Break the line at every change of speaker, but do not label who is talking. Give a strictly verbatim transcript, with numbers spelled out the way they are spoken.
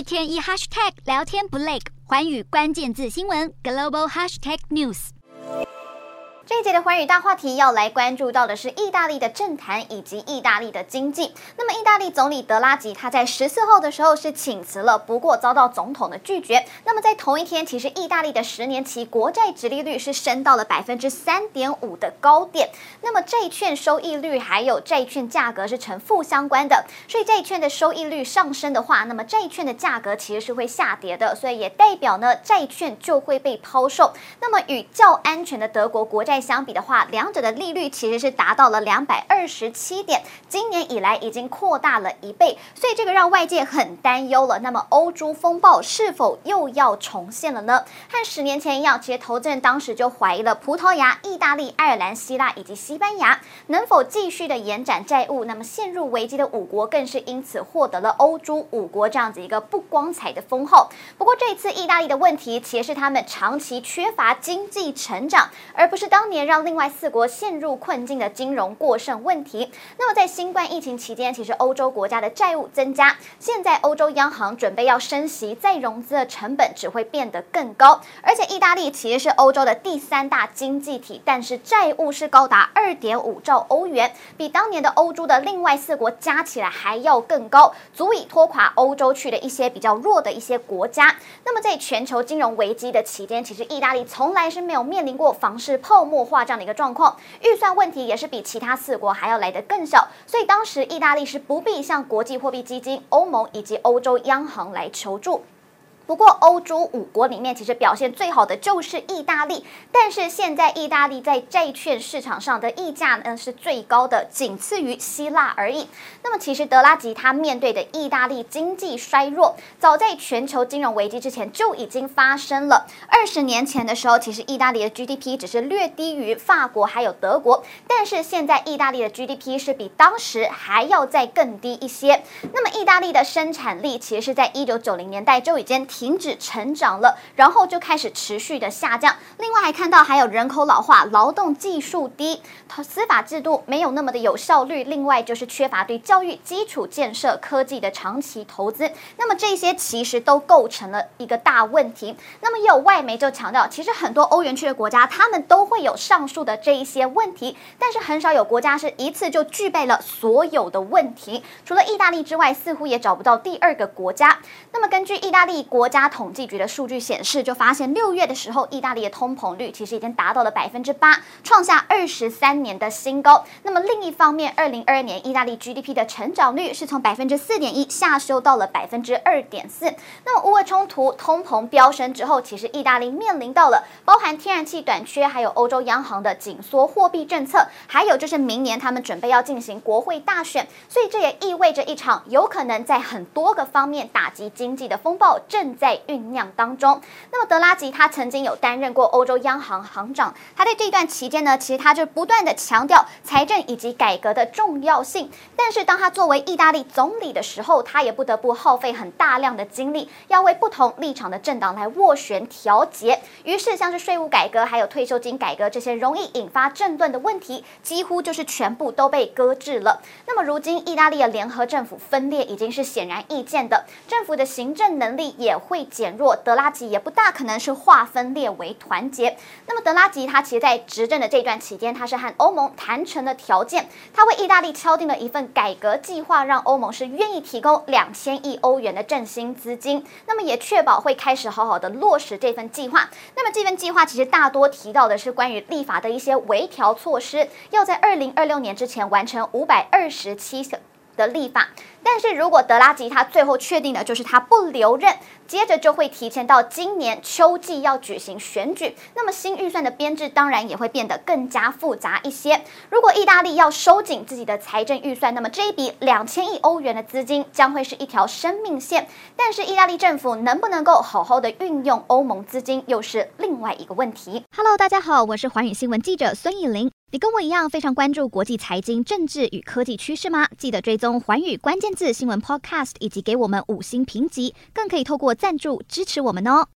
天一 hashtag 聊天不累，寰宇关键字新闻 global hashtag news。
这一节的寰宇大话题要来关注到的是意大利的政坛以及意大利的经济。那么，意大利总理德拉吉他在十四号的时候是请辞了，不过遭到总统的拒绝。那么在同一天，其实意大利的十年期国债殖利率是升到了百分之三点五的高点。那么债券收益率还有债券价格是呈负相关的，所以债券的收益率上升的话，那么债券的价格其实是会下跌的，所以也代表呢债券就会被抛售。那么与较安全的德国国债相比的话，两者的利率其实是达到了两百二十七点，今年以来已经扩大了一倍，所以这个让外界很担忧了。那么欧洲风暴是否又要重现了呢？和十年前一样，其实投资人当时就怀疑了葡萄牙、意大利、爱尔兰、希腊以及西班牙能否继续的延展债务，那么陷入危机的五国更是因此获得了欧洲五国这样子一个不光彩的封号。不过这一次意大利的问题其实是他们长期缺乏经济成长，而不是当年让另外四国陷入困境的金融过剩问题。那么在新冠疫情期间，其实欧洲国家的债务增加，现在欧洲央行准备要升息，再融资的成本只会变得更高。而且意大利其实是欧洲的第三大经济体，但是债务是高达 二点五兆欧元，比当年的欧洲的另外四国加起来还要更高，足以拖垮欧洲区的一些比较弱的一些国家。那么在全球金融危机的期间，其实意大利从来是没有面临过房市泡沫化这样的一个状况，预算问题也是比其他四国还要来得更小，所以当时意大利是不必向国际货币基金、欧盟以及欧洲央行来求助。不过欧洲五国里面其实表现最好的就是意大利，但是现在意大利在债券市场上的溢价呢是最高的，仅次于希腊而已。那么其实德拉吉他面对的意大利经济衰弱，早在全球金融危机之前就已经发生了。二十年前的时候，其实意大利的 G D P 只是略低于法国还有德国，但是现在意大利的 G D P 是比当时还要再更低一些。那么意大利的生产力其实是在一九九零年代就已经停止成长了，然后就开始持续的下降。另外还看到还有人口老化、劳动技术低、司法制度没有那么的有效率，另外就是缺乏对教育基础建设、科技的长期投资。那么这些其实都构成了一个大问题。那么也有外媒就强调，其实很多欧元区的国家他们都会有上述的这一些问题，但是很少有国家是一次就具备了所有的问题。除了意大利之外，似乎也找不到第二个国家。那么根据意大利国家统计局的数据显示，就发现六月的时候，意大利的通膨率其实已经达到了百分之八，创下二十三年的新高。那么另一方面，二零二二年意大利 G D P 的成长率是从百分之四点一下修到了百分之二点四。那么乌俄冲突、通膨飙升之后，其实意大利面临到了包含天然气短缺，还有欧洲央行的紧缩货币政策，还有就是明年他们准备要进行国会大选，所以这也意味着一场有可能在很多个方面打击经济的风暴正在酝酿当中。那么德拉吉他曾经有担任过欧洲央行行长，他在这段期间呢，其实他就不断的强调财政以及改革的重要性。但是当他作为意大利总理的时候，他也不得不耗费很大量的精力，要为不同立场的政党来斡旋调节。于是像是税务改革还有退休金改革这些容易引发争论的问题，几乎就是全部都被搁置了。那么如今意大利的联合政府分裂已经是显然易见的，政府的行政能力也会减弱，德拉吉也不大可能是化分裂为团结。那么德拉吉他其实在执政的这段期间，他是和欧盟谈成了条件，他为意大利敲定了一份改革计划，让欧盟是愿意提供两千亿欧元的振兴资金，那么也确保会开始好好的落实这份计划。那么这份计划其实大多提到的是关于立法的一些微调措施，要在二零二六年之前完成五百二十七的立法。但是如果德拉吉他最后确定的就是他不留任，接着就会提前到今年秋季要举行选举，那么新预算的编制当然也会变得更加复杂一些。如果意大利要收紧自己的财政预算，那么这一笔两千亿欧元的资金将会是一条生命线。但是意大利政府能不能够好好的运用欧盟资金，又是另外一个问题。
Hello， 大家好，我是寰宇新闻记者孙艺玲。你跟我一样非常关注国际财经、政治与科技趋势吗？记得追踪寰宇关键字新闻 Podcast， 以及给我们五星评级，更可以透过赞助支持我们哦。